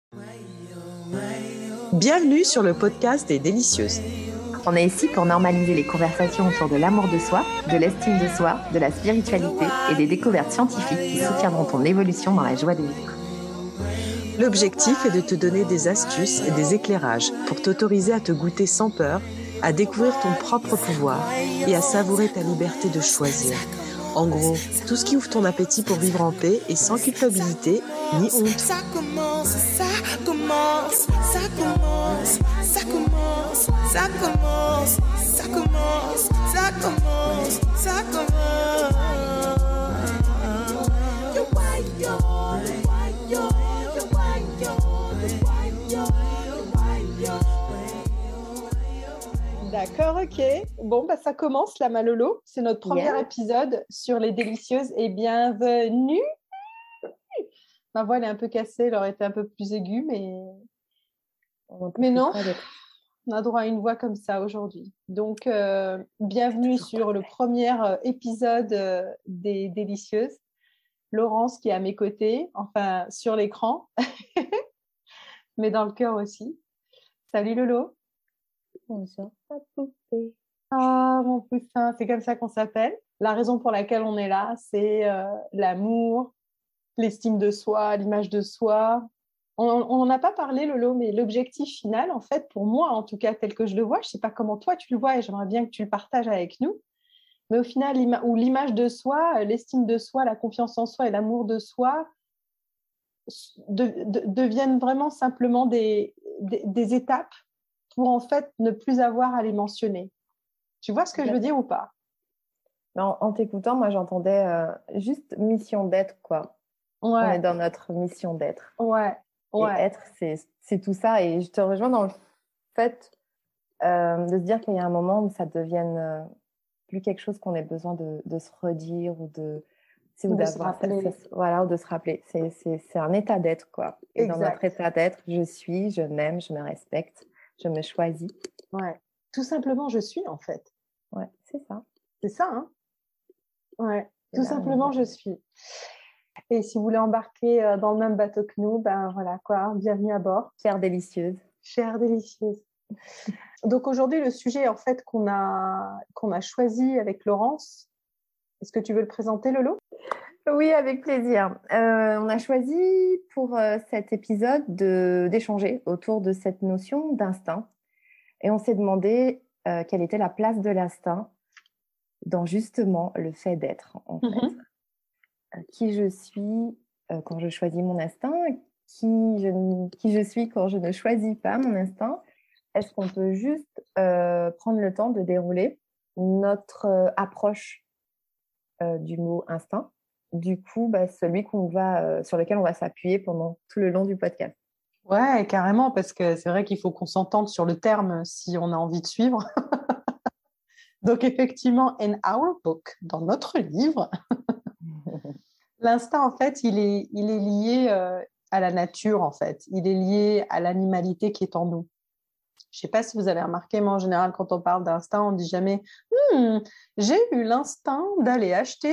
Bienvenue sur le podcast des Délicieuses. On est ici pour normaliser les conversations autour de l'amour de soi, de l'estime de soi, de la spiritualité et des découvertes scientifiques qui soutiendront ton évolution dans la joie de vivre. L'objectif est de te donner des astuces et des éclairages pour t'autoriser à te goûter sans peur, à découvrir ton propre pouvoir et à savourer ta liberté de choisir. En gros, tout ce qui ouvre ton appétit pour vivre en paix et sans culpabilité ni honte. Ça commence, ça commence, ça commence, ça commence, ça commence, ça commence, ça commence, ça commence. D'accord, ok. Bon, bah ça commence la Malolo. C'est notre premier épisode sur les Délicieuses et bienvenue. Ma voix elle est un peu cassée, elle aurait été un peu plus aiguë, mais non, on a droit à une voix comme ça aujourd'hui. Donc, bienvenue sur le premier épisode des Délicieuses. Laurence qui est à mes côtés, enfin sur l'écran, mais dans le cœur aussi. Salut Lolo. Bonjour, ma poupée. Ah, mon poussin, c'est comme ça qu'on s'appelle. La raison pour laquelle on est là, c'est l'amour, l'estime de soi, l'image de soi. On n'en a pas parlé, Lolo, mais l'objectif final, en fait, pour moi, en tout cas, tel que je le vois, je ne sais pas comment toi tu le vois et j'aimerais bien que tu le partages avec nous, mais au final, l'image de soi, l'estime de soi, la confiance en soi et l'amour de soi deviennent vraiment simplement des étapes pour en fait ne plus avoir à les mentionner. Tu vois ce que je veux dire ou pas? En t'écoutant, moi j'entendais juste mission d'être, quoi. Ouais. On est dans notre mission d'être. Ouais. Et être, c'est tout ça. Et je te rejoins dans le fait de se dire qu'il y a un moment où ça devienne plus quelque chose qu'on ait besoin de se redire ou de se rappeler. Voilà, ou de se rappeler. C'est un état d'être, quoi. Et exact. Dans notre état d'être, je suis, je m'aime, je me respecte, je me choisis. Ouais. Tout simplement, je suis, en fait. Ouais, c'est ça. C'est ça, hein? Ouais. Tout simplement, je suis. Et si vous voulez embarquer dans le même bateau que nous, ben voilà, quoi. Bienvenue à bord. Chère délicieuse. Chère délicieuse. Donc aujourd'hui, le sujet, en fait, qu'on a choisi avec Laurence, est-ce que tu veux le présenter, Lolo? Oui, avec plaisir. On a choisi pour cet épisode d'échanger autour de cette notion d'instinct. Et on s'est demandé quelle était la place de l'instinct dans justement le fait d'être, en fait. Qui je suis quand je choisis mon instinct, qui je suis quand je ne choisis pas mon instinct. Est-ce qu'on peut juste prendre le temps de dérouler notre approche du mot instinct, du coup, celui sur lequel on va s'appuyer pendant tout le long du podcast. Ouais, carrément, parce que c'est vrai qu'il faut qu'on s'entende sur le terme si on a envie de suivre. Donc effectivement, in our book, dans notre livre, l'instinct, en fait, il est lié à la nature, en fait. Il est lié à l'animalité qui est en nous. Je ne sais pas si vous avez remarqué, mais en général, quand on parle d'instinct, on ne dit jamais j'ai eu l'instinct d'aller acheter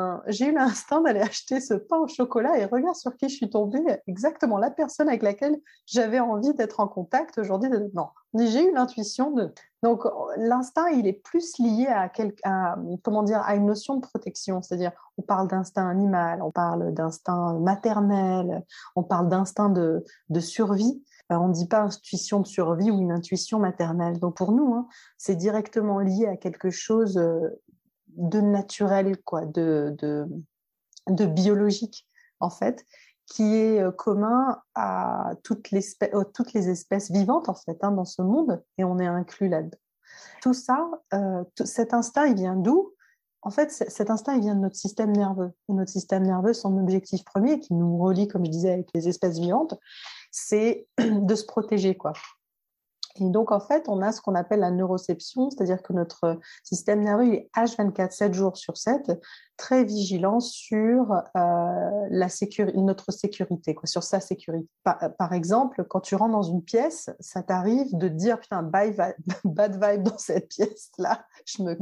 ce pain au chocolat et regarde sur qui je suis tombée, exactement la personne avec laquelle j'avais envie d'être en contact aujourd'hui. Non, j'ai eu l'intuition de... Donc, l'instinct, il est plus lié à une notion de protection. C'est-à-dire, on parle d'instinct animal, on parle d'instinct maternel, on parle d'instinct de survie. On ne dit pas intuition de survie ou une intuition maternelle. Donc pour nous, hein, c'est directement lié à quelque chose de naturel, quoi, de biologique, en fait, qui est commun à toutes les espèces vivantes, en fait, hein, dans ce monde, et on est inclus là-dedans. Tout ça, cet instinct, il vient d'où? En fait, cet instinct, il vient de notre système nerveux. Et notre système nerveux, son objectif premier, qui nous relie, comme je disais, avec les espèces vivantes, c'est de se protéger, quoi. Et donc, en fait, on a ce qu'on appelle la neuroception, c'est-à-dire que notre système nerveux il est H24, 7 jours sur 7, très vigilant sur notre sécurité, quoi, sur sa sécurité. Par exemple, quand tu rentres dans une pièce, ça t'arrive de te dire « Putain, bad vibe dans cette pièce-là, je me casse ».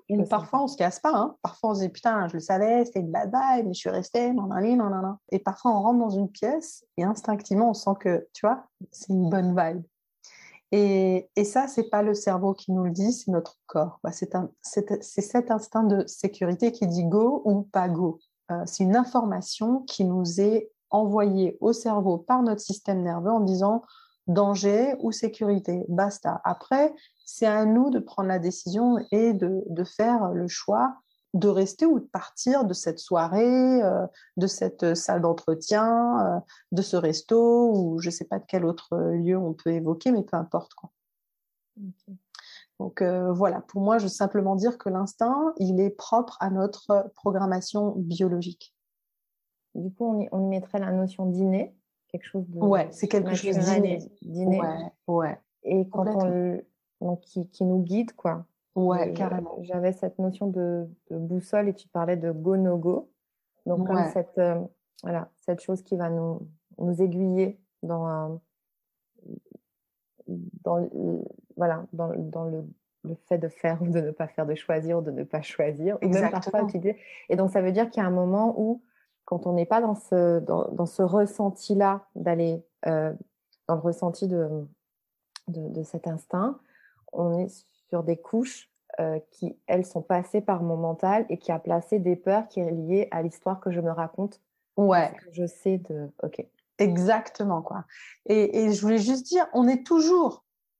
ou parfois, on ne se casse pas. Hein. Parfois, on se dit, putain, je le savais, c'était une bad vibe, mais je suis restée, nanana. Et parfois, on rentre dans une pièce et instinctivement, on sent que, tu vois, c'est une bonne vibe. Et ça, ce n'est pas le cerveau qui nous le dit, c'est notre corps. C'est cet instinct de sécurité qui dit go ou pas go. C'est une information qui nous est envoyée au cerveau par notre système nerveux en disant danger ou sécurité, basta. Après, c'est à nous de prendre la décision et de faire le choix de rester ou de partir de cette soirée, de cette salle d'entretien, de ce resto ou je ne sais pas de quel autre lieu on peut évoquer, mais peu importe, quoi. Okay. Donc voilà, pour moi, je veux simplement dire que l'instinct, il est propre à notre programmation biologique. Du coup, on y mettrait la notion d'inné, quelque chose de ouais, c'est quelque chose d'inné. Ouais. Et quand donc qui nous guide, quoi. Ouais, carrément. J'avais cette notion de boussole et tu parlais de go no go. Donc comme cette chose qui va nous aiguiller dans le fait de faire ou de ne pas faire, de choisir ou de ne pas choisir. Exactement. Même parfois utiliser. Et donc ça veut dire qu'il y a un moment où, quand on n'est pas dans ce ressenti-là, d'aller dans le ressenti de cet instinct, on est sur des couches qui, elles, sont passées par mon mental et qui a placé des peurs qui est liées à l'histoire que je me raconte. Ouais. Que je sais de... Ok. Exactement, quoi. Et je voulais juste dire, on est toujours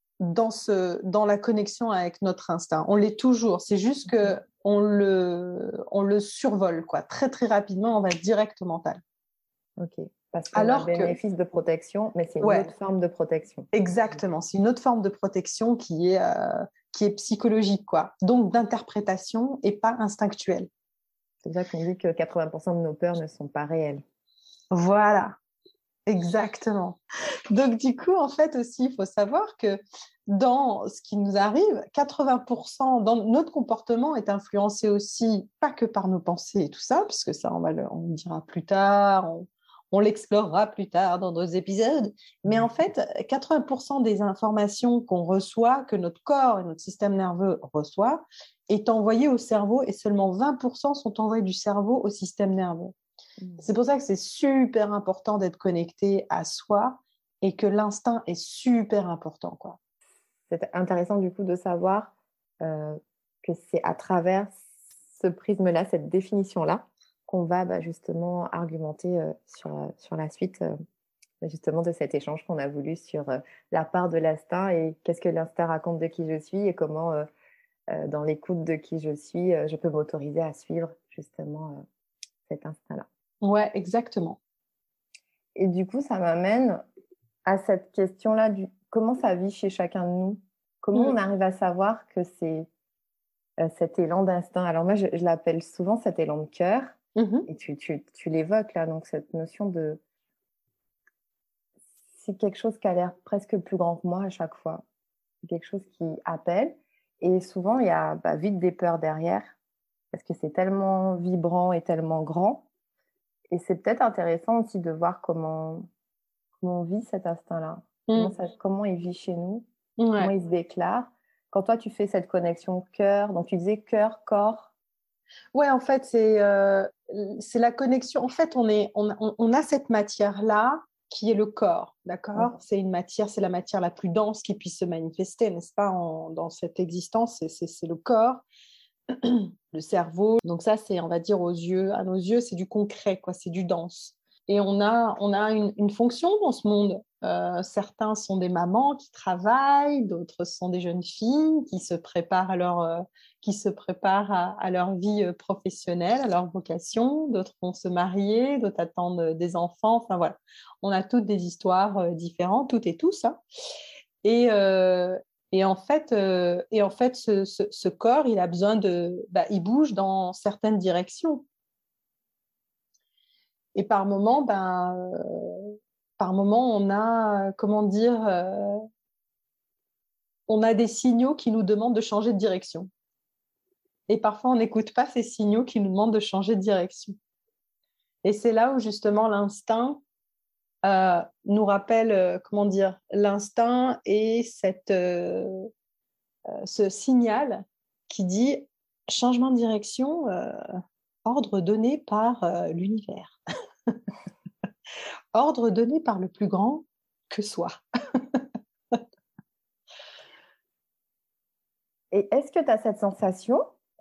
dans la connexion avec notre instinct. On l'est toujours. C'est juste que on le survole, quoi. Très, très rapidement, on va direct au mental. Ok. Parce qu'on a un bénéfice de protection, mais c'est une autre forme de protection. Exactement. C'est une autre forme de protection qui est psychologique, quoi. Donc, d'interprétation et pas instinctuelle. C'est pour ça qu'on dit que 80% de nos peurs ne sont pas réelles. Voilà. Exactement. Donc, du coup, en fait, aussi, il faut savoir que dans ce qui nous arrive, 80% dans notre comportement est influencé aussi, pas que par nos pensées et tout ça, puisque ça, on le dira plus tard, on l'explorera plus tard dans d'autres épisodes. Mais en fait, 80% des informations qu'on reçoit, que notre corps et notre système nerveux reçoit, est envoyé au cerveau et seulement 20% sont envoyés du cerveau au système nerveux. C'est pour ça que c'est super important d'être connecté à soi et que l'instinct est super important, quoi. C'est intéressant du coup de savoir que c'est à travers ce prisme-là, cette définition-là, qu'on va justement argumenter sur la suite justement de cet échange qu'on a voulu sur la part de l'instinct et qu'est-ce que l'instinct raconte de qui je suis et comment dans l'écoute de qui je suis, je peux m'autoriser à suivre justement cet instinct-là. Ouais, exactement. Et du coup, ça m'amène à cette question-là du comment ça vit chez chacun de nous. Comment on arrive à savoir que c'est cet élan d'instinct. Alors moi, je l'appelle souvent cet élan de cœur. Et tu l'évoques là, donc cette notion de... C'est quelque chose qui a l'air presque plus grand que moi à chaque fois. C'est quelque chose qui appelle. Et souvent, il y a vite des peurs derrière parce que c'est tellement vibrant et tellement grand. Et c'est peut-être intéressant aussi de voir comment on vit cet instinct-là. Comment il vit chez nous, comment il se déclare. Quand toi, tu fais cette connexion cœur, donc tu disais cœur, corps. Ouais, en fait, c'est la connexion. En fait, on a cette matière-là qui est le corps, d'accord ? C'est la matière la plus dense qui puisse se manifester, n'est-ce pas, dans cette existence, c'est le corps. Le cerveau, donc ça c'est, on va dire, à nos yeux c'est du concret, quoi, c'est du dense. Et on a une fonction dans ce monde. Certains sont des mamans qui travaillent, d'autres sont des jeunes filles qui se préparent à leur vie professionnelle, à leur vocation. D'autres vont se marier, d'autres attendent des enfants. Enfin voilà, on a toutes des histoires différentes, toutes et tous. Hein. Et en fait, ce corps, il a besoin il bouge dans certaines directions. Et par moment, on a, on a des signaux qui nous demandent de changer de direction. Et parfois, on n'écoute pas ces signaux qui nous demandent de changer de direction. Et c'est là où justement l'instinct nous rappelle, l'instinct et ce signal qui dit Changement de direction, ordre donné par l'univers. Ordre donné par le plus grand que soi. Et est-ce que tu as cette sensation,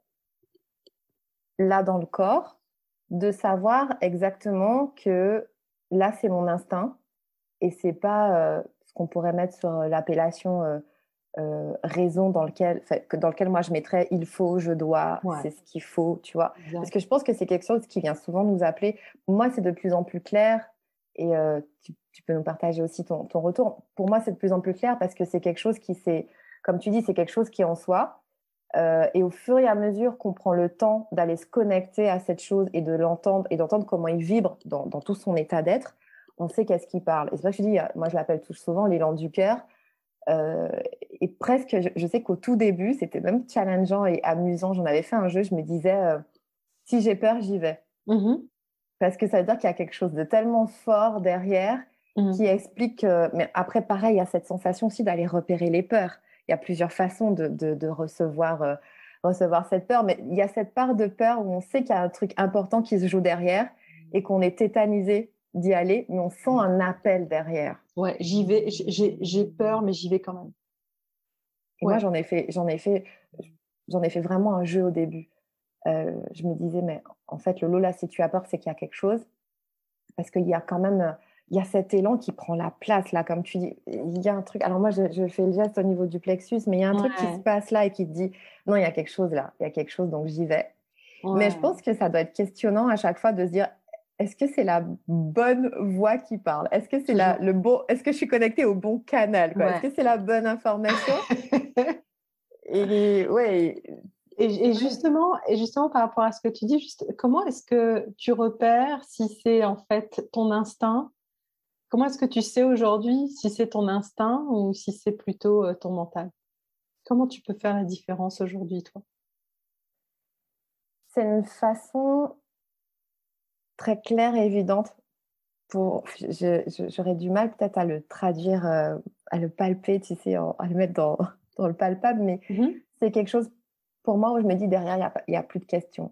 là dans le corps, de savoir exactement que là, c'est mon instinct et c'est pas ce qu'on pourrait mettre sur l'appellation raison dans lequel moi je mettrais il faut, je dois, c'est ce qu'il faut, tu vois. Exact. Parce que je pense que c'est quelque chose qui vient souvent nous appeler. Moi, c'est de plus en plus clair et tu peux nous partager aussi ton retour. Pour moi, c'est de plus en plus clair parce que c'est quelque chose qui, comme tu dis, c'est quelque chose qui est en soi. Et au fur et à mesure qu'on prend le temps d'aller se connecter à cette chose et de l'entendre et d'entendre comment il vibre dans tout son état d'être, on sait qu'est-ce qu'il parle. Et c'est vrai que je dis, moi je l'appelle tout souvent l'élan du cœur. Et presque, je sais qu'au tout début, c'était même challengeant et amusant. J'en avais fait un jeu, je me disais, si j'ai peur, j'y vais. Parce que ça veut dire qu'il y a quelque chose de tellement fort derrière qui explique mais après, pareil, il y a cette sensation aussi d'aller repérer les peurs. Il y a plusieurs façons de recevoir cette peur, mais il y a cette part de peur où on sait qu'il y a un truc important qui se joue derrière et qu'on est tétanisé d'y aller, mais on sent un appel derrière. Ouais, j'y vais, j'ai peur, mais j'y vais quand même. Et moi, j'en ai fait vraiment un jeu au début. Je me disais, mais en fait, Lolo, là, si tu as peur, c'est qu'il y a quelque chose. Parce qu'il y a quand même... Il y a cet élan qui prend la place, là, comme tu dis. Il y a un truc... Alors moi, je fais le geste au niveau du plexus, mais il y a un truc qui se passe là et qui te dit, non, il y a quelque chose là. Il y a quelque chose, donc j'y vais. Mais je pense que ça doit être questionnant à chaque fois de se dire, est-ce que c'est la bonne voix qui parle? Est-ce que c'est est-ce que je suis connectée au bon canal, quoi? Est-ce que c'est la bonne information? Et justement, par rapport à ce que tu dis, comment est-ce que tu repères si c'est en fait ton instinct? Comment est-ce que tu sais aujourd'hui si c'est ton instinct ou si c'est plutôt ton mental? Comment tu peux faire la différence aujourd'hui, toi? C'est une façon très claire et évidente. J'aurais du mal peut-être à le traduire, à le palper, tu sais, à le mettre dans le palpable, mais c'est quelque chose pour moi où je me dis derrière, il n'y a plus de questions.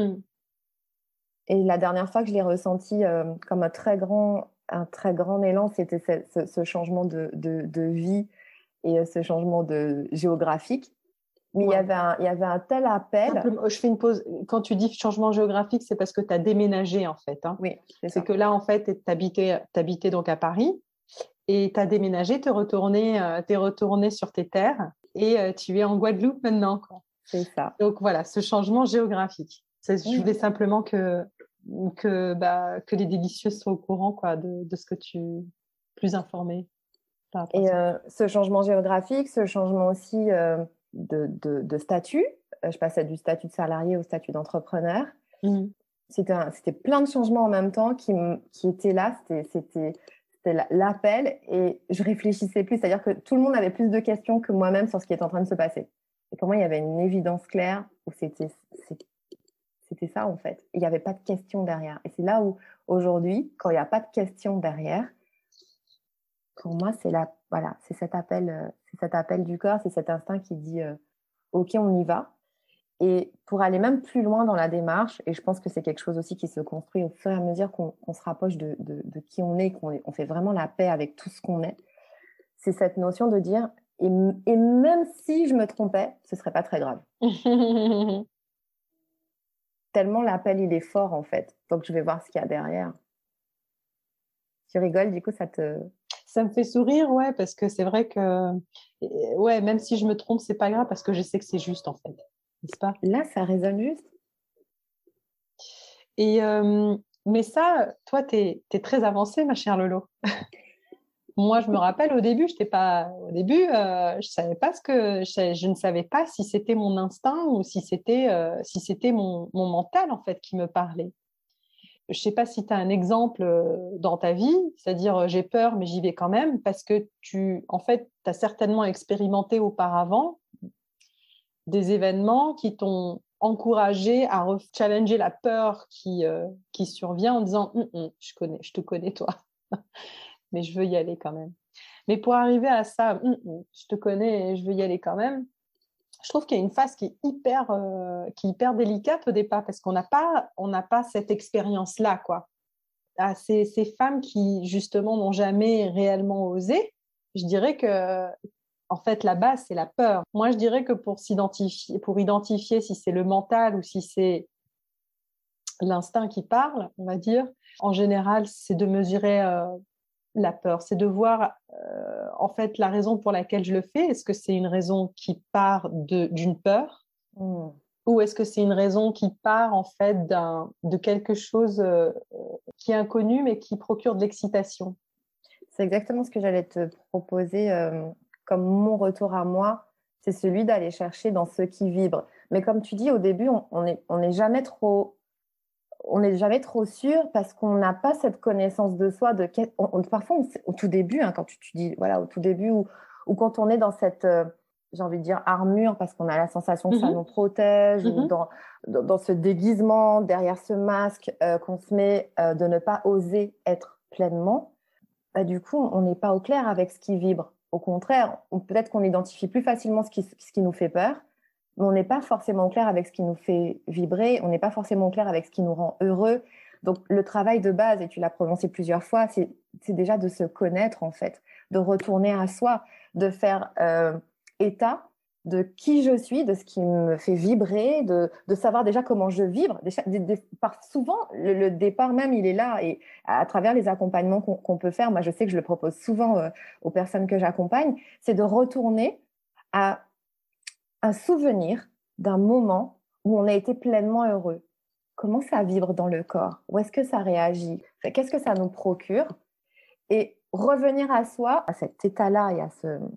Et la dernière fois que je l'ai ressenti comme un très grand élan, c'était ce changement de vie et ce changement géographique. Mais il y avait un tel appel. Simplement, je fais une pause. Quand tu dis changement géographique, c'est parce que tu as déménagé, en fait. Hein. Oui, c'est que là, en fait, tu habitais donc à Paris et tu as déménagé, tu es retourné sur tes terres et tu es en Guadeloupe maintenant, quoi. C'est ça. Donc, voilà, ce changement géographique. Je voulais simplement que les délicieux soient au courant, quoi, de ce que tu es plus informé. Et ce changement géographique, ce changement aussi de statut, je passais du statut de salarié au statut d'entrepreneur. C'était plein de changements en même temps qui étaient là, c'était l'appel et je réfléchissais plus, c'est-à-dire que tout le monde avait plus de questions que moi-même sur ce qui était en train de se passer. Et pour moi, il y avait une évidence claire où c'était ça en fait. Il n'y avait pas de questions derrière. Et c'est là où aujourd'hui, quand il n'y a pas de questions derrière, pour moi, c'est cet appel du corps, c'est cet instinct qui dit OK, on y va. Et pour aller même plus loin dans la démarche, et je pense que c'est quelque chose aussi qui se construit au fur et à mesure qu'on se rapproche de qui on est, qu'on fait vraiment la paix avec tout ce qu'on est, c'est cette notion de dire et même si je me trompais, ce serait pas très grave. Tellement l'appel, il est fort en fait. Donc je vais voir ce qu'il y a derrière. Tu rigoles, du coup, Ça me fait sourire, ouais, parce que c'est vrai que, ouais, même si je me trompe, c'est pas grave parce que je sais que c'est juste en fait, n'est-ce pas? Là, ça résonne juste. Et mais ça, toi, t'es très avancée, ma chère Lolo. Moi, je me rappelle au début, je savais pas je ne savais pas si c'était mon instinct ou si c'était mon mental en fait qui me parlait. Je sais pas si tu as un exemple dans ta vie, c'est-à-dire j'ai peur mais j'y vais quand même parce que tu as certainement expérimenté auparavant des événements qui t'ont encouragé à challenger la peur qui survient en disant je te connais toi. Mais je veux y aller quand même. Mais pour arriver à ça, je te connais et je veux y aller quand même, je trouve qu'il y a une phase qui est hyper délicate au départ parce qu'on n'a pas cette expérience-là, quoi. Ces femmes qui, justement, n'ont jamais réellement osé, je dirais que, en fait, la base, c'est la peur. Moi, je dirais que pour identifier si c'est le mental ou si c'est l'instinct qui parle, on va dire, en général, c'est de mesurer la peur. C'est de voir, en fait, la raison pour laquelle je le fais. Est-ce que c'est une raison qui part d'une peur ou est-ce que c'est une raison qui part, en fait, de quelque chose qui est inconnu, mais qui procure de l'excitation? C'est exactement ce que j'allais te proposer comme mon retour à moi. C'est celui d'aller chercher dans ce qui vibre. Mais comme tu dis, au début, on n'est jamais trop sûr parce qu'on n'a pas cette connaissance de soi. Parfois, au tout début, hein, quand tu dis, voilà, au tout début, ou quand on est dans cette... j'ai envie de dire armure parce qu'on a la sensation que ça nous protège ou dans ce déguisement, derrière ce masque qu'on se met de ne pas oser être pleinement, du coup, on n'est pas au clair avec ce qui vibre. Au contraire, peut-être qu'on identifie plus facilement ce qui nous fait peur, mais on n'est pas forcément au clair avec ce qui nous fait vibrer, on n'est pas forcément au clair avec ce qui nous rend heureux. Donc, le travail de base, et tu l'as prononcé plusieurs fois, c'est déjà de se connaître, en fait, de retourner à soi, de faire état de qui je suis, de ce qui me fait vibrer, de savoir déjà comment je vibre. Souvent, le départ même, il est là. Et à travers les accompagnements qu'on peut faire, moi, je sais que je le propose souvent aux personnes que j'accompagne, c'est de retourner à un souvenir d'un moment où on a été pleinement heureux. Comment ça vibre dans le corps? Où est-ce que ça réagit? Qu'est-ce que ça nous procure? Et revenir à soi, à cet état-là et à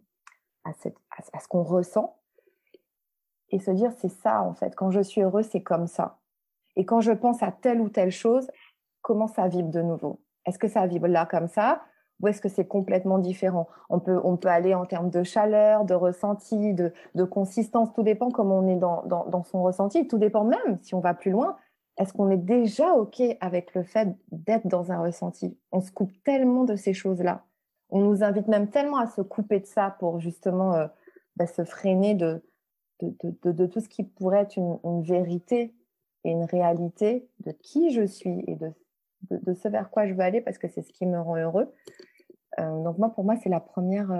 ce qu'on ressent, et se dire, c'est ça, en fait. Quand je suis heureux, c'est comme ça. Et quand je pense à telle ou telle chose, comment ça vibre de nouveau? Est-ce que ça vibre là comme ça? Ou est-ce que c'est complètement différent? On peut aller en termes de chaleur, de ressenti, de consistance. Tout dépend comment on est dans son ressenti. Tout dépend même, si on va plus loin, est-ce qu'on est déjà OK avec le fait d'être dans un ressenti? On se coupe tellement de ces choses-là. On nous invite même tellement à se couper de ça pour justement se freiner de tout ce qui pourrait être une vérité et une réalité de qui je suis et de ce vers quoi je veux aller parce que c'est ce qui me rend heureux. Donc pour moi, c'est la première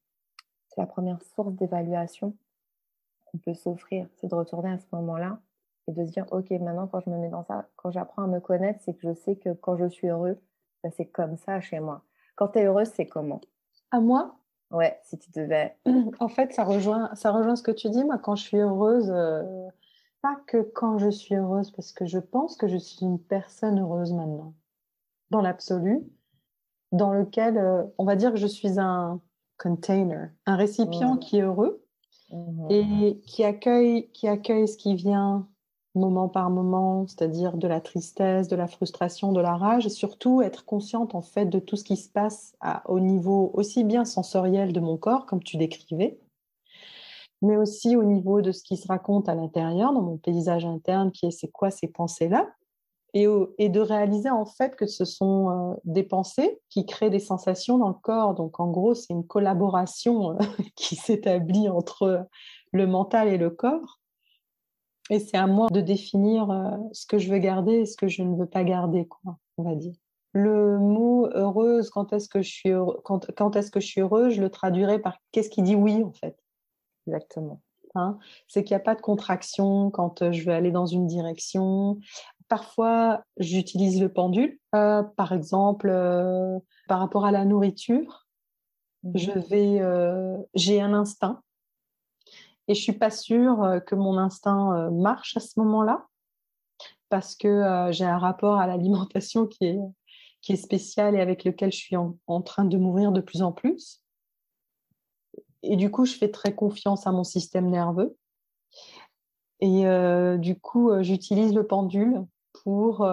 source d'évaluation qu'on peut s'offrir, c'est de retourner à ce moment-là et de se dire, OK, maintenant, quand je me mets dans ça, quand j'apprends à me connaître, c'est que je sais que quand je suis heureux, c'est comme ça chez moi. Quand tu es heureuse, c'est comment? À moi? Ouais, si tu devais... En fait, ça rejoint ce que tu dis. Moi, quand je suis heureuse, pas que quand je suis heureuse, parce que je pense que je suis une personne heureuse maintenant, dans l'absolu, dans lequel, on va dire que je suis un container, un récipient qui est heureux et qui accueille ce qui vient moment par moment, c'est-à-dire de la tristesse, de la frustration, de la rage, et surtout être consciente en fait de tout ce qui se passe au niveau aussi bien sensoriel de mon corps, comme tu décrivais, mais aussi au niveau de ce qui se raconte à l'intérieur, dans mon paysage interne, qui est c'est quoi ces pensées-là, et de réaliser en fait que ce sont des pensées qui créent des sensations dans le corps. Donc en gros, c'est une collaboration qui s'établit entre le mental et le corps. Et c'est à moi de définir ce que je veux garder et ce que je ne veux pas garder, quoi, on va dire. Le mot heureuse, quand est-ce que je suis heureuse, je le traduirais par qu'est-ce qui dit oui, en fait. Exactement. Hein, c'est qu'il n'y a pas de contraction quand je veux aller dans une direction. Parfois, j'utilise le pendule. Par exemple, par rapport à la nourriture, j'ai un instinct. Et je suis pas sûre que mon instinct marche à ce moment-là parce que j'ai un rapport à l'alimentation qui est spécial et avec lequel je suis en train de m'ouvrir de plus en plus. Et du coup, je fais très confiance à mon système nerveux. Et du coup, j'utilise le pendule pour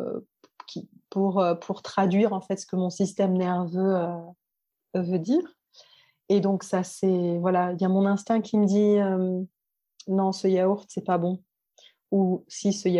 traduire en fait ce que mon système nerveux veut dire. Et donc ça, voilà, il y a mon instinct qui me dit non, ce yaourt c'est pas bon, ou si ce yaourt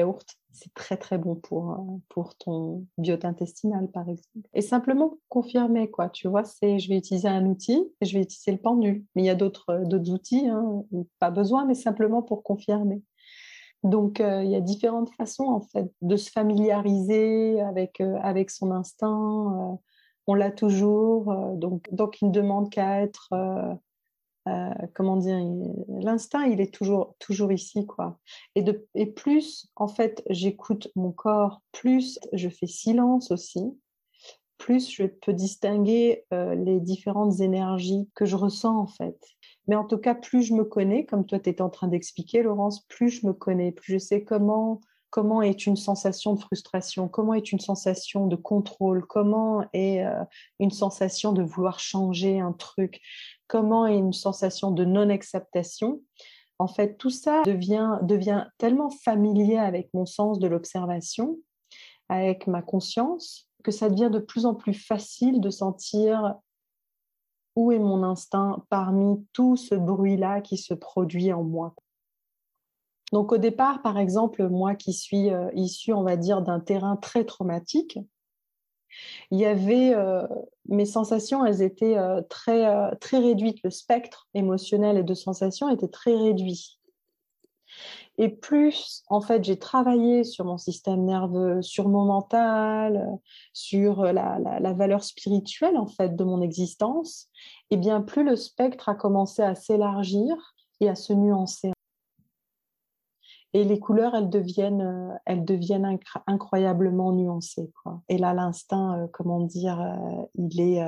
C'est très, très bon pour ton biote intestinal, par exemple. Et simplement pour confirmer, quoi. Tu vois, je vais utiliser un outil et je vais utiliser le pendule. Mais il y a d'autres outils, hein, pas besoin, mais simplement pour confirmer. Donc, il y a différentes façons, en fait, de se familiariser avec son instinct. On l'a toujours. Donc, il ne demande qu'à être... comment dire, l'instinct, il est toujours ici, quoi. Et plus, en fait, j'écoute mon corps, plus je fais silence aussi, plus je peux distinguer les différentes énergies que je ressens, en fait. Mais en tout cas, plus je me connais, comme toi, tu étais en train d'expliquer, Laurence, plus je me connais, plus je sais comment est une sensation de frustration, comment est une sensation de contrôle, comment est une sensation de vouloir changer un truc, comment est une sensation de non-acceptation. En fait, tout ça devient tellement familier avec mon sens de l'observation, avec ma conscience, que ça devient de plus en plus facile de sentir où est mon instinct parmi tout ce bruit-là qui se produit en moi. Donc au départ, par exemple, moi qui suis issue, on va dire, d'un terrain très traumatique, il y avait mes sensations, elles étaient très réduites. Le spectre émotionnel et de sensations était très réduit. Et plus, en fait, j'ai travaillé sur mon système nerveux, sur mon mental, sur la valeur spirituelle, en fait, de mon existence, et bien plus le spectre a commencé à s'élargir et à se nuancer. Et les couleurs, elles deviennent incroyablement nuancées, quoi. Et là, l'instinct, comment dire, il est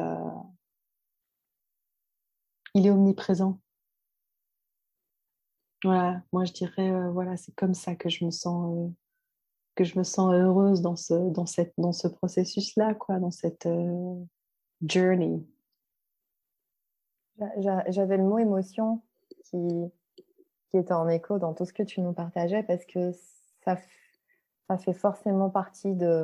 omniprésent. Voilà, moi je dirais, voilà, c'est comme ça que je me sens heureuse dans ce processus-là, quoi, dans cette journey. J'avais le mot émotion qui était en écho dans tout ce que tu nous partageais, parce que ça fait forcément partie de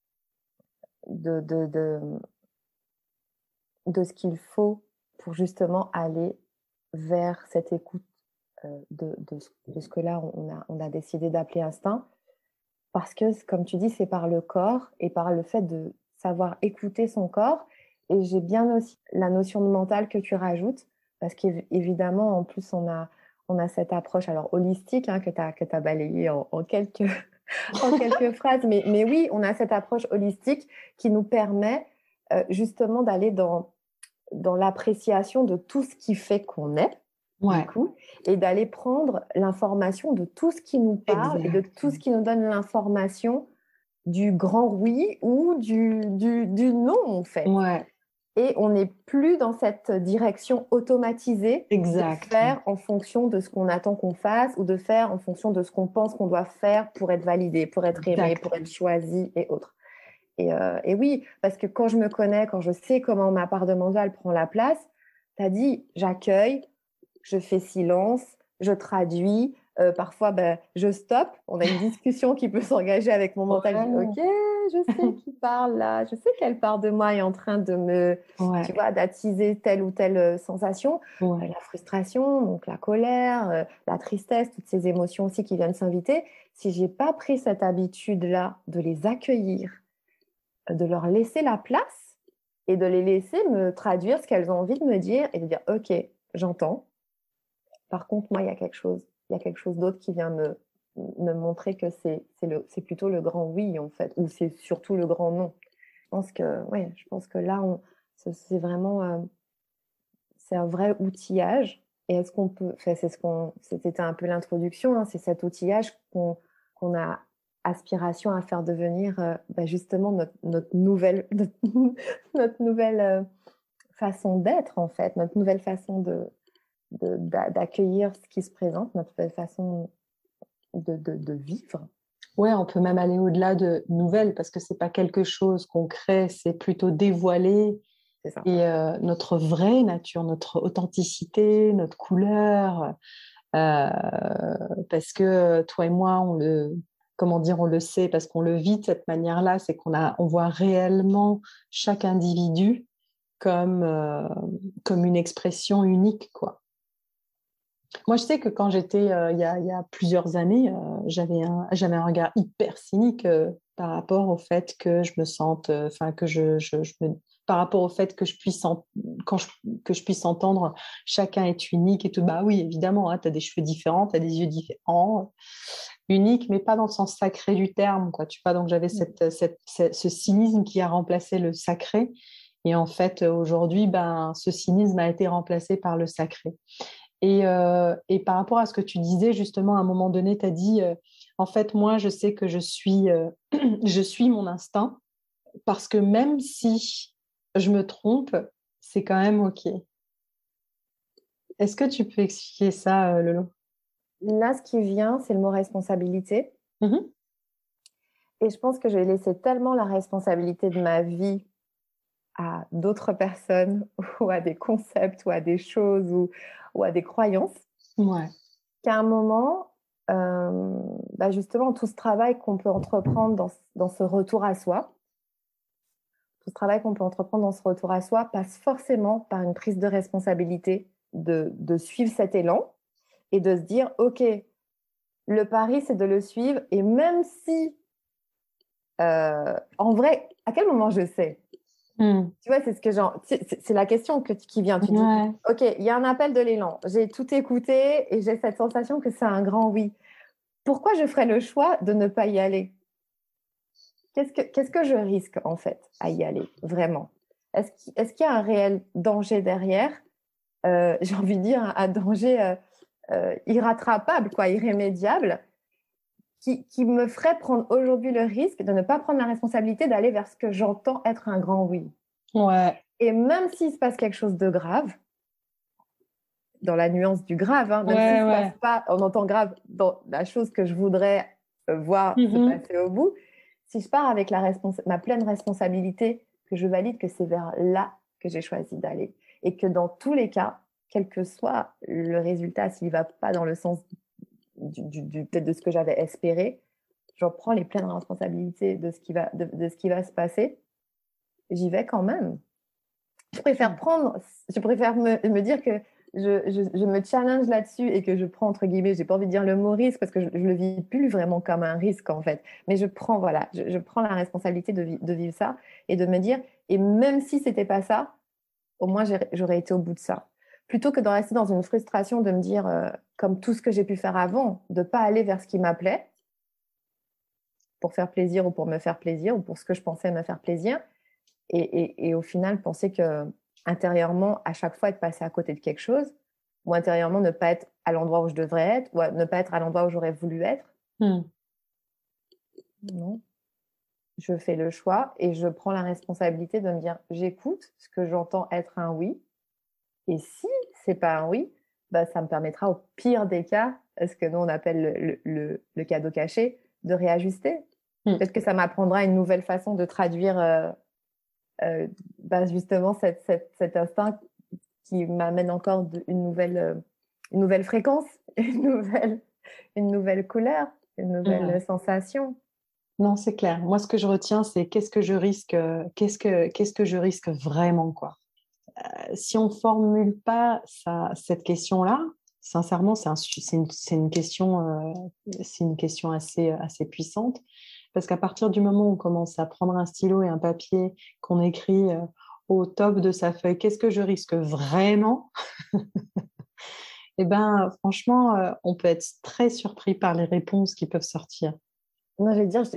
ce qu'il faut pour justement aller vers cette écoute de ce que là on a décidé d'appeler instinct, parce que comme tu dis, c'est par le corps et par le fait de savoir écouter son corps. Et j'ai bien aussi la notion de mental que tu rajoutes, parce qu'évidemment en plus on a cette approche alors holistique, hein, que tu as balayée en quelques en quelques phrases, mais oui, on a cette approche holistique qui nous permet justement d'aller dans l'appréciation de tout ce qui fait qu'on est, ouais, du coup, et d'aller prendre l'information de tout ce qui nous parle. Exact. Et de tout ce qui nous donne l'information du grand oui ou du non, en fait. Ouais. Et on n'est plus dans cette direction automatisée, exact, de faire en fonction de ce qu'on attend qu'on fasse, ou de faire en fonction de ce qu'on pense qu'on doit faire pour être validé, pour être aimé, pour être choisi et autres. Et oui, parce que quand je me connais, quand je sais comment ma part de mental prend la place, tu as dit, j'accueille, je fais silence, je traduis, parfois je stoppe. On a une discussion qui peut s'engager avec mon mental. Je dis, ok, je sais qui parle là, je sais quelle part de moi est en train de me, tu vois, d'attiser telle ou telle sensation. La frustration, donc la colère, la tristesse, toutes ces émotions aussi qui viennent s'inviter. Si j'ai pas pris cette habitude-là de les accueillir, de leur laisser la place et de les laisser me traduire ce qu'elles ont envie de me dire, et de dire, ok, j'entends. Par contre, moi, il y a quelque chose d'autre qui vient me montrer que c'est plutôt le grand oui, en fait, ou c'est surtout le grand non. Je pense que là, c'est vraiment, c'est un vrai outillage. Et est-ce qu'on peut, c'était un peu l'introduction, hein, c'est cet outillage qu'on a aspiration à faire devenir justement notre nouvelle façon d'être, en fait, notre nouvelle façon d'accueillir ce qui se présente, notre nouvelle façon de vivre. Ouais, on peut même aller au-delà de nouvelle, parce que c'est pas quelque chose qu'on crée, c'est plutôt dévoiler. C'est ça. Et notre vraie nature, notre authenticité, notre couleur, parce que toi et moi, on le sait, parce qu'on le vit de cette manière-là, c'est on voit réellement chaque individu comme une expression unique, quoi. Moi, je sais que quand j'étais, il y a plusieurs années, j'avais un regard hyper cynique par rapport au fait que je me sente, enfin, par rapport au fait que que je puisse entendre chacun est unique et tout. Bah oui, évidemment, hein, tu as des cheveux différents, tu as des yeux différents, uniques, mais pas dans le sens sacré du terme, quoi. Tu vois, donc j'avais ce cynisme qui a remplacé le sacré. Et en fait, aujourd'hui, ben, ce cynisme a été remplacé par le sacré. Et par rapport à ce que tu disais, justement, à un moment donné, tu as dit, en fait, moi, je sais que je suis mon instinct parce que même si je me trompe, c'est quand même OK. Est-ce que tu peux expliquer ça, Lolo? Là, ce qui vient, c'est le mot responsabilité. Mhm. Et je pense que j'ai laissé tellement la responsabilité de ma vie à d'autres personnes ou à des concepts ou à des choses ou à des croyances Ouais. qu'à un moment, justement, tout ce travail qu'on peut entreprendre dans ce retour à soi, tout ce travail qu'on peut entreprendre dans ce retour à soi passe forcément par une prise de responsabilité de suivre cet élan et de se dire, OK, le pari, c'est de le suivre. Et même si, en vrai, à quel moment je sais? Tu vois, c'est la question qui vient. Tu dis, OK, il y a un appel de l'élan. J'ai tout écouté et j'ai cette sensation que c'est un grand oui. Pourquoi je ferais le choix de ne pas y aller? Qu'est-ce que je risque, en fait, à y aller, vraiment? Est-ce qu'il y a un réel danger derrière? J'ai envie de dire un danger irrattrapable, quoi, irrémédiable, qui me ferait prendre aujourd'hui le risque de ne pas prendre la responsabilité d'aller vers ce que j'entends être un grand oui. Ouais. Et même s'il se passe quelque chose de grave, dans la nuance du grave, hein, même s'il ne se passe pas, on entend grave dans la chose que je voudrais voir se passer au bout, si je pars avec ma pleine responsabilité, que je valide que c'est vers là que j'ai choisi d'aller et que dans tous les cas, quel que soit le résultat, s'il ne va pas dans le sens peut-être de ce que j'avais espéré, j'en prends les pleines responsabilités de ce qui va se passer, j'y vais quand même. Je préfère me dire que je me challenge là-dessus et que je prends, entre guillemets, j'ai pas envie de dire le mot risque parce que je le vis plus vraiment comme un risque en fait, mais je prends la responsabilité de vivre ça et de me dire, et même si c'était pas ça, au moins j'aurais été au bout de ça. Plutôt que de rester dans une frustration de me dire, comme tout ce que j'ai pu faire avant, de pas aller vers ce qui m'appelait pour faire plaisir ou pour me faire plaisir ou pour ce que je pensais me faire plaisir. Et au final, penser que intérieurement, à chaque fois, être passé à côté de quelque chose, ou intérieurement, ne pas être à l'endroit où je devrais être, ou ne pas être à l'endroit où j'aurais voulu être. Non. Je fais le choix et je prends la responsabilité de me dire, j'écoute ce que j'entends être un oui. Et si c'est pas un oui, ça me permettra au pire des cas, ce que nous on appelle le cadeau caché, de réajuster. Peut-être que ça m'apprendra une nouvelle façon de traduire justement cet instinct qui m'amène encore une nouvelle fréquence, une nouvelle couleur, une nouvelle sensation. Non, c'est clair. Moi, ce que je retiens, c'est qu'est-ce que je risque vraiment, quoi. Si on formule pas cette question-là, sincèrement, c'est une question assez puissante. Parce qu'à partir du moment où on commence à prendre un stylo et un papier, qu'on écrit au top de sa feuille, qu'est-ce que je risque vraiment? Eh bien, franchement, on peut être très surpris par les réponses qui peuvent sortir. Non, je vais dire,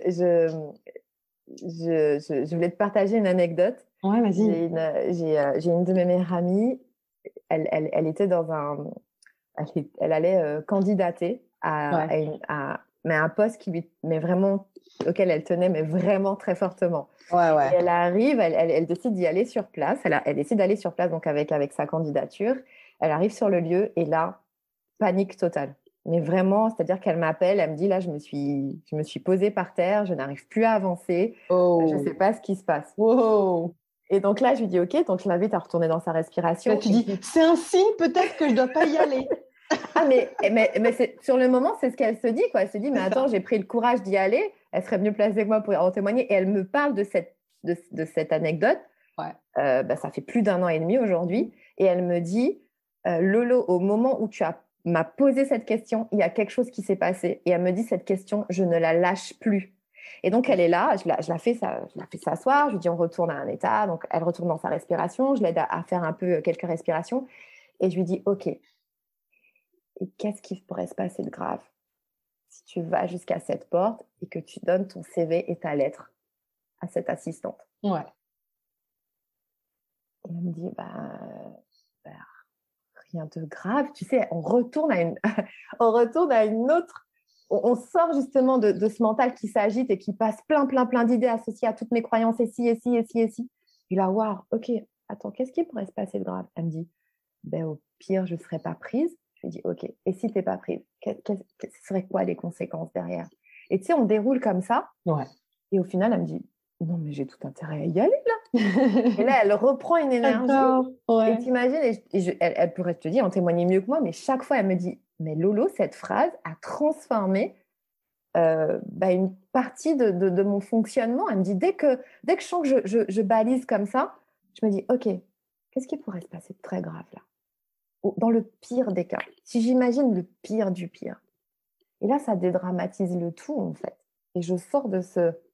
je voulais te partager une anecdote. Ouais, vas-y. J'ai une de mes meilleures amies, elle était elle allait candidater à un poste auquel elle tenait, mais vraiment très fortement. Ouais. Et elle arrive, elle décide d'y aller sur place. Elle décide d'aller sur place donc avec sa candidature. Elle arrive sur le lieu et là, panique totale. Mais vraiment, c'est-à-dire qu'elle m'appelle, elle me dit là, je me suis posée par terre, je n'arrive plus à avancer, je ne sais pas ce qui se passe. Oh. Et donc là, je lui dis ok, donc je l'invite à retourner dans sa respiration. Là, tu dis c'est un signe peut-être que je ne dois pas y aller. Ah mais sur le moment, c'est ce qu'elle se dit, quoi. Elle se dit mais attends, j'ai pris le courage d'y aller, elle serait mieux placée que moi pour en témoigner. Et elle me parle de cette anecdote. Ouais. Ça fait plus d'1 an et demi aujourd'hui, et elle me dit Lolo, au moment où m'as posé cette question, il y a quelque chose qui s'est passé. Et elle me dit, cette question, je ne la lâche plus. Et donc, elle est là, je la fais s'asseoir, je lui dis, on retourne à un état. Donc, elle retourne dans sa respiration, je l'aide à faire un peu quelques respirations. Et je lui dis, OK, et qu'est-ce qui pourrait se passer de grave si tu vas jusqu'à cette porte et que tu donnes ton CV et ta lettre à cette assistante? Ouais. Et elle me dit, rien de grave. Tu sais, on retourne à une autre. On sort justement de ce mental qui s'agite et qui passe plein d'idées associées à toutes mes croyances, et si. Et là, waouh, OK, attends, qu'est-ce qui pourrait se passer de grave? Elle me dit, au pire, je ne serais pas prise. Je lui dis, OK, et si tu n'es pas prise, ce serait quoi les conséquences derrière? Et tu sais, on déroule comme ça. Ouais. Et au final, elle me dit, non, mais j'ai tout intérêt à y aller, là. Et là, elle reprend une énergie. Ouais. Et t'imagines, elle pourrait te dire, en témoigner mieux que moi, mais chaque fois, elle me dit, mais Lolo, cette phrase a transformé une partie de mon fonctionnement. Elle me dit, dès que je sens que je balise comme ça, je me dis, OK, qu'est-ce qui pourrait se passer de très grave là? Dans le pire des cas, si j'imagine le pire du pire. Et là, ça dédramatise le tout, en fait. Et je sors de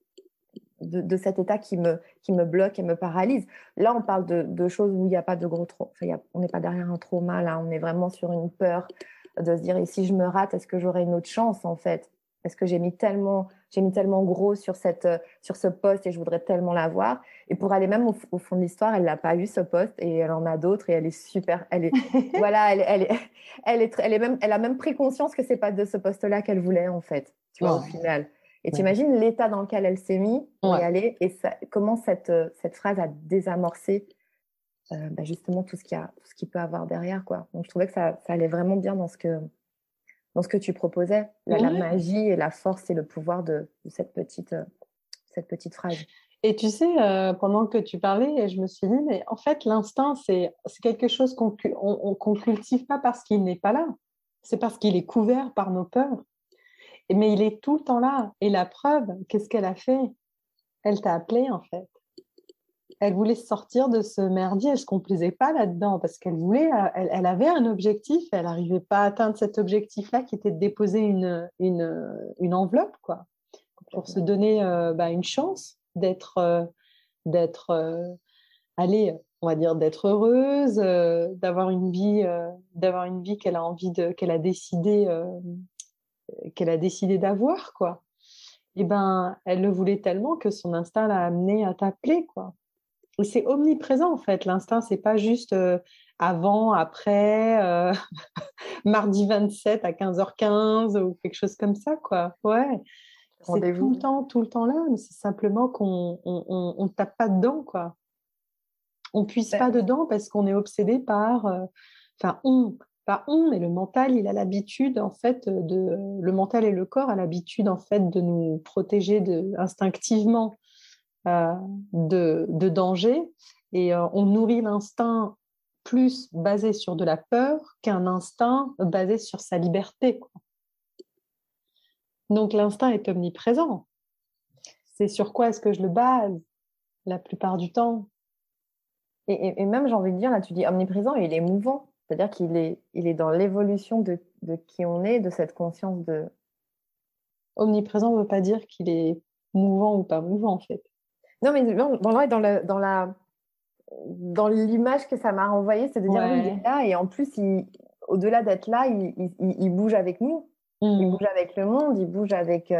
cet état qui me bloque et me paralyse. Là, on parle de choses où il n'y a pas de gros trauma. On n'est pas derrière un trauma, là. On est vraiment sur une peur de se dire, et si je me rate, est-ce que j'aurai une autre chance, en fait? Parce que j'ai mis tellement gros sur ce poste et je voudrais tellement l'avoir. Et pour aller même au fond de l'histoire, elle l'a pas eu, ce poste, et elle en a d'autres, et elle est super. Voilà, elle a même pris conscience que c'est pas de ce poste-là qu'elle voulait, en fait. Tu vois, au final. Et tu imagines l'état dans lequel elle s'est mise pour y aller, et comment cette phrase a désamorcé justement tout ce qu'il peut avoir derrière, quoi. Donc je trouvais que ça allait vraiment bien dans ce que tu proposais, la magie et la force et le pouvoir de cette petite phrase. Et tu sais, pendant que tu parlais, je me suis dit, mais en fait, l'instinct, c'est quelque chose qu'on cultive pas parce qu'il n'est pas là. C'est parce qu'il est couvert par nos peurs. Mais il est tout le temps là. Et la preuve, qu'est-ce qu'elle a fait? Elle t'a appelé, en fait. Elle voulait sortir de ce merdier. Elle ne se complaisait pas là-dedans parce qu'elle voulait, elle avait un objectif. Elle n'arrivait pas à atteindre cet objectif-là qui était de déposer une enveloppe, quoi, pour se donner une chance d'être on va dire, d'être heureuse, d'avoir une vie qu'elle a qu'elle a décidé d'avoir, quoi. Et elle le voulait tellement que son instinct l'a amenée à t'appeler, quoi. Et c'est omniprésent, en fait. L'instinct, c'est pas juste avant, après, mardi 27 à 15h15 ou quelque chose comme ça, quoi. Ouais. C'est tout le temps là, mais c'est simplement qu'on on tape pas dedans, quoi. On puise pas dedans parce qu'on est obsédé par... mais le mental, il a l'habitude, en fait, le mental et le corps a l'habitude, en fait, de nous protéger instinctivement de danger. Et on nourrit l'instinct plus basé sur de la peur qu'un instinct basé sur sa liberté, quoi. Donc, l'instinct est omniprésent. C'est sur quoi est-ce que je le base la plupart du temps. Et même, j'ai envie de dire, là, tu dis omniprésent, et il est mouvant. C'est-à-dire qu'il est dans l'évolution de qui on est, de cette conscience de... Omniprésent ne veut pas dire qu'il est mouvant ou pas mouvant, en fait. Non, mais dans l'image que ça m'a renvoyée, c'est de dire, oui, il est là, et en plus, au-delà d'être là, il bouge avec nous. Il bouge avec le monde, il bouge avec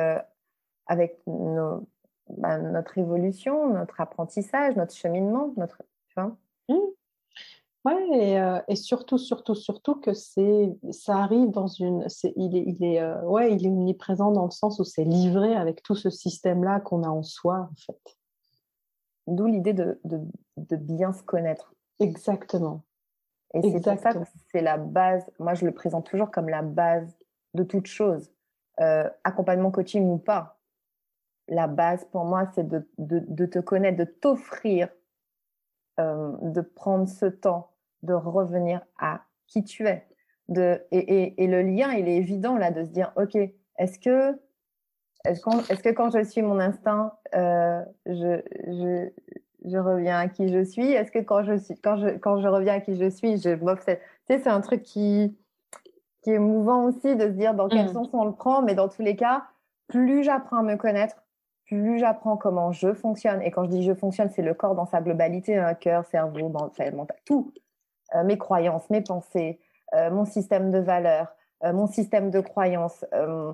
notre évolution, notre apprentissage, notre cheminement, tu vois. Ouais, et surtout que ça arrive il est omniprésent dans le sens où c'est livré avec tout ce système-là qu'on a en soi, en fait. D'où l'idée de bien se connaître. Exactement. Et c'est pour ça que c'est la base. Moi, je le présente toujours comme la base de toute chose. Accompagnement coaching ou pas. La base, pour moi, c'est de te connaître, de t'offrir, de prendre ce temps, de revenir à qui tu es. Et le lien, il est évident là, de se dire, OK, est-ce que quand je suis mon instinct, je reviens à qui je suis? Est-ce que quand je reviens à qui je suis, je m'offre Tu sais, c'est un truc qui est émouvant aussi de se dire dans quel sens on le prend, mais dans tous les cas, plus j'apprends à me connaître, plus j'apprends comment je fonctionne. Et quand je dis je fonctionne, c'est le corps dans sa globalité, hein, cœur, cerveau, mental, tout. Mes croyances, mes pensées, mon système de valeurs, mon système de croyances,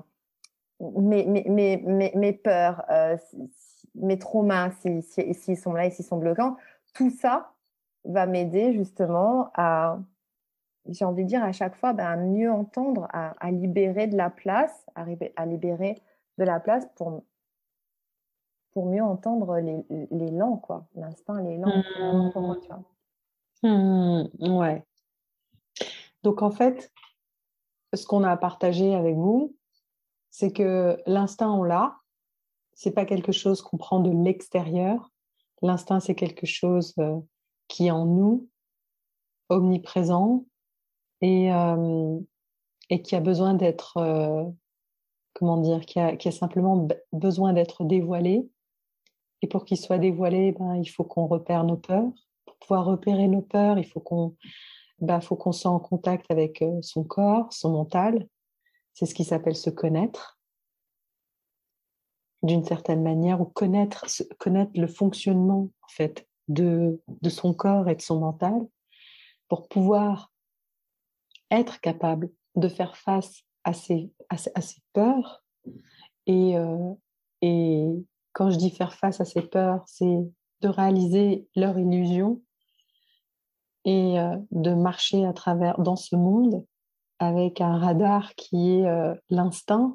mes peurs, mes traumas, s'ils sont là et s'ils sont bloquants. Tout ça va m'aider justement à, j'ai envie de dire à chaque fois, à mieux entendre, à libérer de la place, à libérer de la place pour mieux entendre l'élan, quoi. L'instinct, l'élan, c'est vraiment pour moi, tu vois. Ouais. Donc en fait, ce qu'on a à partager avec vous, c'est que l'instinct, on l'a. C'est pas quelque chose qu'on prend de l'extérieur. L'instinct, c'est quelque chose qui est en nous, omniprésent, et qui a besoin d'être, comment dire, qui a simplement besoin d'être dévoilé. Et pour qu'il soit dévoilé, il faut qu'on repère nos peurs. Pour pouvoir repérer nos peurs, il faut qu'on soit en contact avec son corps, son mental. C'est ce qui s'appelle se connaître, d'une certaine manière, ou connaître le fonctionnement en fait de son corps et de son mental, pour pouvoir être capable de faire face à ses peurs. Et quand je dis faire face à ces peurs, c'est de réaliser leur illusion et de marcher dans ce monde avec un radar qui est l'instinct,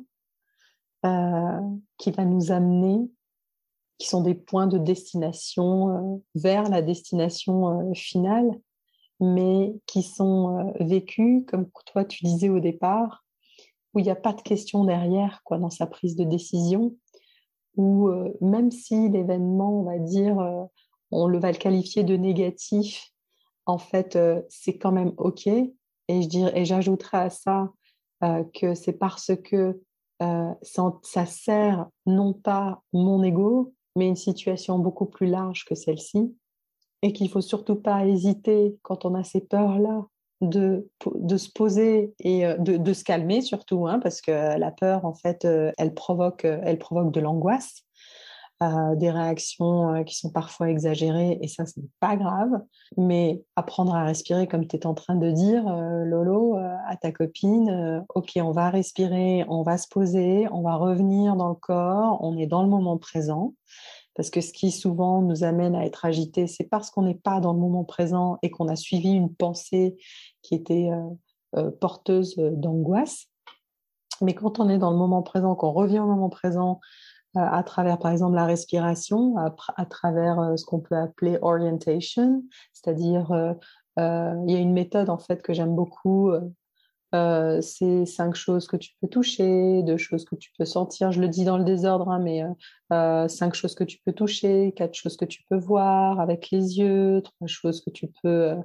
qui va nous amener, qui sont des points de destination vers la destination finale, mais qui sont vécus, comme toi tu disais au départ, où il n'y a pas de question derrière, quoi, dans sa prise de décision, où même si l'événement, on va dire, on va le qualifier de négatif, en fait, c'est quand même OK. Et j'ajouterais à ça que c'est parce que ça sert non pas mon ego, mais une situation beaucoup plus large que celle-ci, et qu'il ne faut surtout pas hésiter, quand on a ces peurs-là, de se poser et de se calmer surtout, hein, parce que la peur, en fait, elle provoque de l'angoisse, des réactions qui sont parfois exagérées, et ça, ce n'est pas grave. Mais apprendre à respirer, comme tu es en train de dire, Lolo, à ta copine, OK, on va respirer, on va se poser, on va revenir dans le corps, on est dans le moment présent. Parce que ce qui souvent nous amène à être agité, c'est parce qu'on n'est pas dans le moment présent et qu'on a suivi une pensée qui était porteuse d'angoisse. Mais quand on est dans le moment présent, qu'on revient au moment présent, à travers, par exemple, la respiration, à travers ce qu'on peut appeler orientation, c'est-à-dire, il y a une méthode, en fait, que j'aime beaucoup. C'est 5 choses que tu peux toucher, 2 choses que tu peux sentir. Je le dis dans le désordre, hein, mais 5 choses que tu peux toucher, 4 choses que tu peux voir avec les yeux, 3 choses que tu peux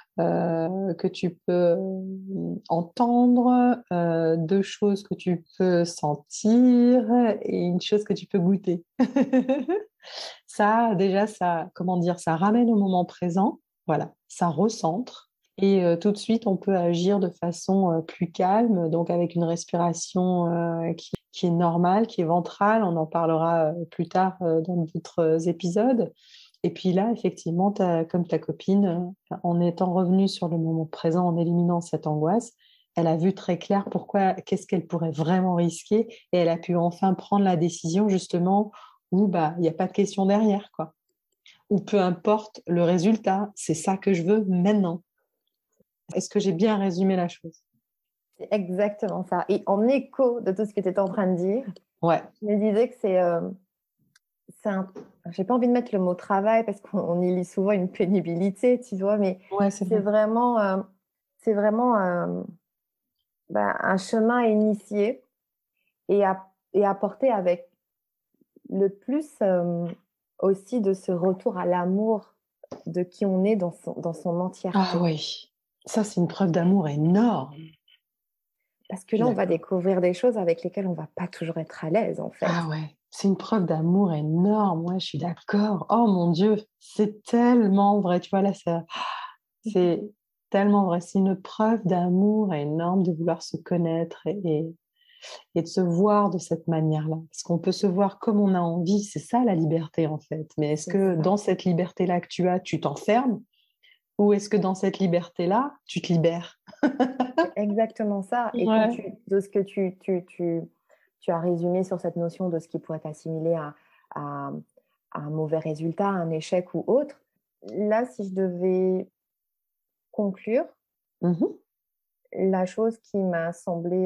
entendre, 2 choses que tu peux sentir et une chose que tu peux goûter. Ça, déjà, ça ramène au moment présent. Voilà, ça recentre. Et tout de suite, on peut agir de façon plus calme, donc avec une respiration qui est normale, qui est ventrale. On en parlera plus tard dans d'autres épisodes. Et puis là, effectivement, comme ta copine, en étant revenue sur le moment présent, en éliminant cette angoisse, elle a vu très clair qu'est-ce qu'elle pourrait vraiment risquer, et elle a pu enfin prendre la décision, justement, où il n'y a pas de question derrière, quoi. Ou peu importe le résultat, c'est ça que je veux maintenant. Est-ce que j'ai bien résumé la chose? C'est exactement ça. Et en écho de tout ce que tu étais en train de dire, ouais. Je me disais que j'ai pas envie de mettre le mot travail parce qu'on y lit souvent une pénibilité, tu vois, mais ouais, c'est vraiment un chemin à initier et à porter avec le plus aussi de ce retour à l'amour de qui on est dans son entièreté. Ah oui, ça c'est une preuve d'amour énorme. Parce que là, on va découvrir des choses avec lesquelles on ne va pas toujours être à l'aise, en fait. Ah ouais, c'est une preuve d'amour énorme. Ouais, je suis d'accord. Oh mon Dieu, c'est tellement vrai. Tu vois, là, tellement vrai. C'est une preuve d'amour énorme de vouloir se connaître et de se voir de cette manière-là. Parce qu'on peut se voir comme on a envie, c'est ça la liberté en fait. Mais est-ce que dans cette liberté-là que tu as, tu t'enfermes ou est-ce que dans cette liberté-là, tu te libères? C'est exactement ça. Et quand de ce que tu as résumé sur cette notion de ce qui pourrait être assimilé à un mauvais résultat, un échec ou autre, là, si je devais conclure, la chose qui m'a semblé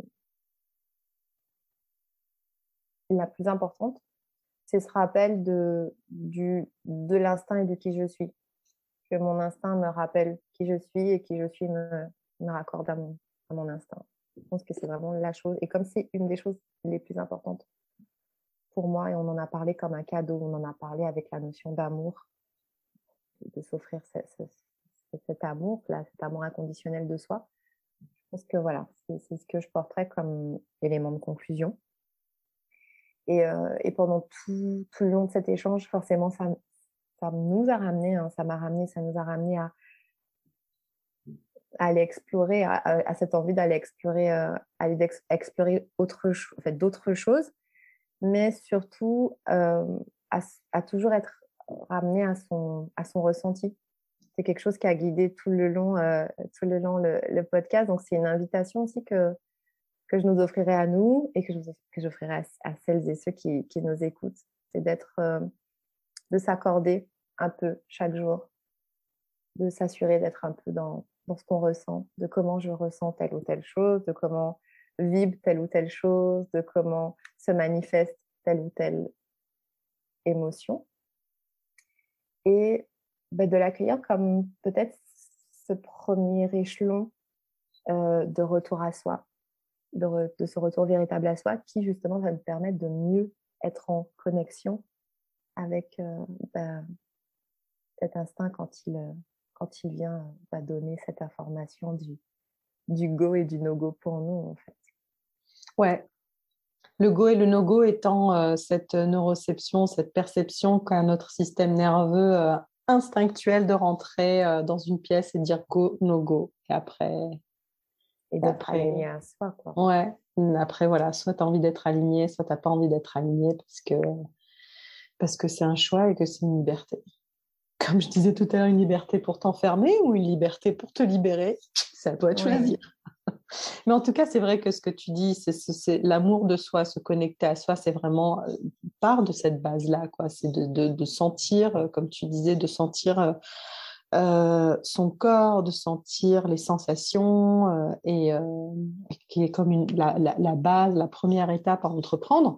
la plus importante, c'est ce rappel de l'instinct et de qui je suis. Que mon instinct me rappelle qui je suis et qui je suis me raccorde à mon instinct. Je pense que c'est vraiment la chose. Et comme c'est une des choses les plus importantes pour moi, et on en a parlé comme un cadeau, on en a parlé avec la notion d'amour, de s'offrir cet amour, là, cet amour inconditionnel de soi. Je pense que voilà, c'est ce que je porterais comme élément de conclusion. Et pendant tout le long de cet échange, forcément, ça nous a ramené, ça nous a ramené à aller explorer, à cette envie d'aller explorer, explorer d'autres choses, mais surtout à toujours être ramené à son ressenti. C'est quelque chose qui a guidé tout le long le podcast. Donc, c'est une invitation aussi que je nous offrirai à nous et que j'offrirai à celles et ceux qui nous écoutent. C'est de s'accorder un peu chaque jour, de s'assurer d'être un peu dans ce qu'on ressent, de comment je ressens telle ou telle chose, de comment vibre telle ou telle chose, de comment se manifeste telle ou telle émotion. Et de l'accueillir comme peut-être ce premier échelon de retour à soi, de ce retour véritable à soi qui justement va nous permettre de mieux être en connexion avec cet instinct quand il vient donner cette information du go et du no-go pour nous en fait. Ouais. Le go et le no-go étant cette neuroception, cette perception qu'a notre système nerveux instinctuel de rentrer dans une pièce et dire go, no-go. Et après... Et d'être aligné à soi, quoi. Ouais. Après, voilà, soit tu as envie d'être aligné, soit tu n'as pas envie d'être aligné parce que c'est un choix et que c'est une liberté. Comme je disais tout à l'heure, une liberté pour t'enfermer ou une liberté pour te libérer, c'est à toi de choisir. Mais en tout cas, c'est vrai que ce que tu dis, c'est l'amour de soi, se connecter à soi, c'est vraiment part de cette base-là, quoi. C'est de sentir, comme tu disais, de sentir son corps, de sentir les sensations et qui est comme la base, la première étape à entreprendre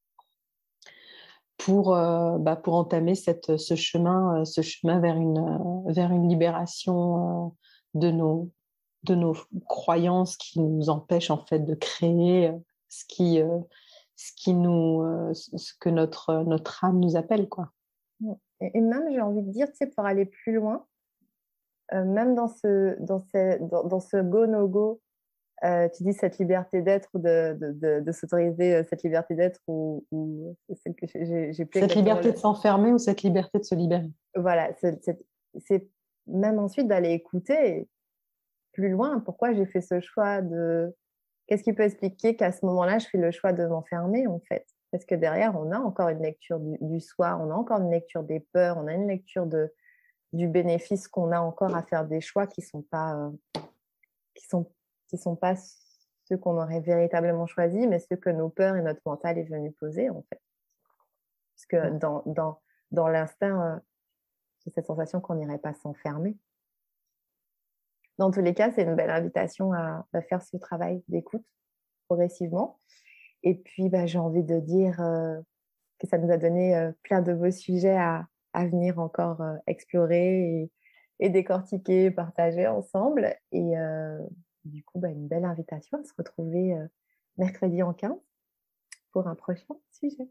pour entamer ce chemin vers une libération de nos croyances qui nous empêchent en fait de créer ce que notre âme nous appelle, quoi. Et même j'ai envie de dire, tu sais, pour aller plus loin, même dans ce go no go, tu dis cette liberté d'être ou de s'autoriser cette liberté d'être ou celle que j'ai plus cette liberté de s'enfermer ou cette liberté de se libérer. Voilà, c'est même ensuite d'aller écouter plus loin pourquoi j'ai fait ce choix qu'est-ce qui peut expliquer qu'à ce moment-là je fais le choix de m'enfermer en fait, parce que derrière on a encore une lecture du soi, on a encore une lecture des peurs, on a une lecture du bénéfice qu'on a encore à faire des choix qui sont pas ceux qu'on aurait véritablement choisis, mais ceux que nos peurs et notre mental est venu poser en fait, parce que dans l'instinct j'ai cette sensation qu'on n'irait pas s'enfermer. Dans tous les cas, c'est une belle invitation à faire ce travail d'écoute progressivement. Et puis, j'ai envie de dire que ça nous a donné plein de beaux sujets à venir encore explorer et décortiquer, partager ensemble. Et du coup, une belle invitation à se retrouver mercredi en 15 pour un prochain sujet.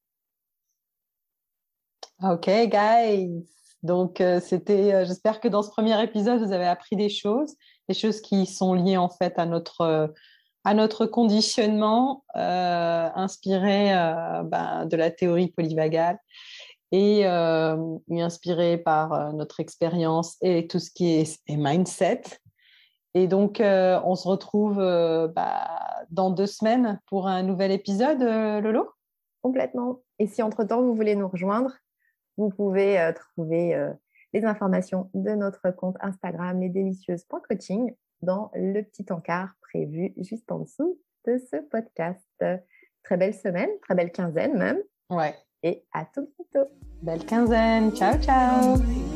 Ok, guys. Donc, j'espère que dans ce premier épisode, vous avez appris des choses qui sont liées en fait à notre conditionnement inspiré de la théorie polyvagale et inspiré par notre expérience et tout ce qui est mindset. Et donc, on se retrouve dans 2 semaines pour un nouvel épisode, Lolo. Complètement. Et si entre-temps, vous voulez nous rejoindre, vous pouvez trouver les informations de notre compte Instagram, lesdélicieuses.coaching, dans le petit encart prévu juste en dessous de ce podcast. Très belle semaine, très belle quinzaine même. Ouais. Et à tout bientôt. Belle quinzaine. Ciao, ciao.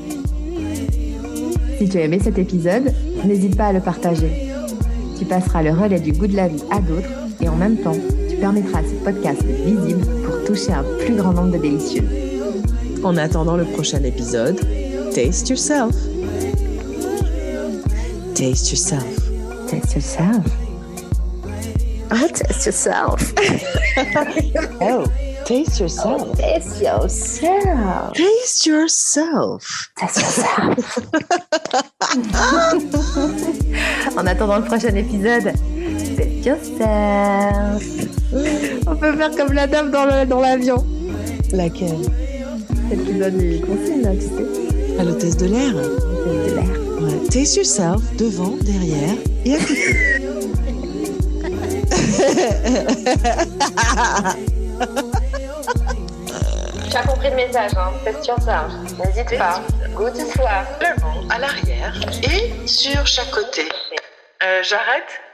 Si tu as aimé cet épisode, n'hésite pas à le partager. Tu passeras le relais du goût de la vie à d'autres et en même temps, tu permettras à ce podcast d'être visible pour toucher un plus grand nombre de délicieuses. En attendant le prochain épisode, taste yourself. Taste yourself. Taste yourself. Oh, taste yourself. Oh, taste yourself. Oh, taste yourself. Taste yourself. Taste yourself. En attendant le prochain épisode, taste yourself. On peut faire comme la dame dans l'avion. Laquelle? Celle qui donne les consignes, là, tu sais. À l'hôtesse de l'air. L'hôtesse de l'air. Ouais. Taste yourself, devant, derrière et à côté. Tu as compris le message, hein. Taste yourself. N'hésite pas. Go to soir. Devant, à l'arrière et sur chaque côté. J'arrête?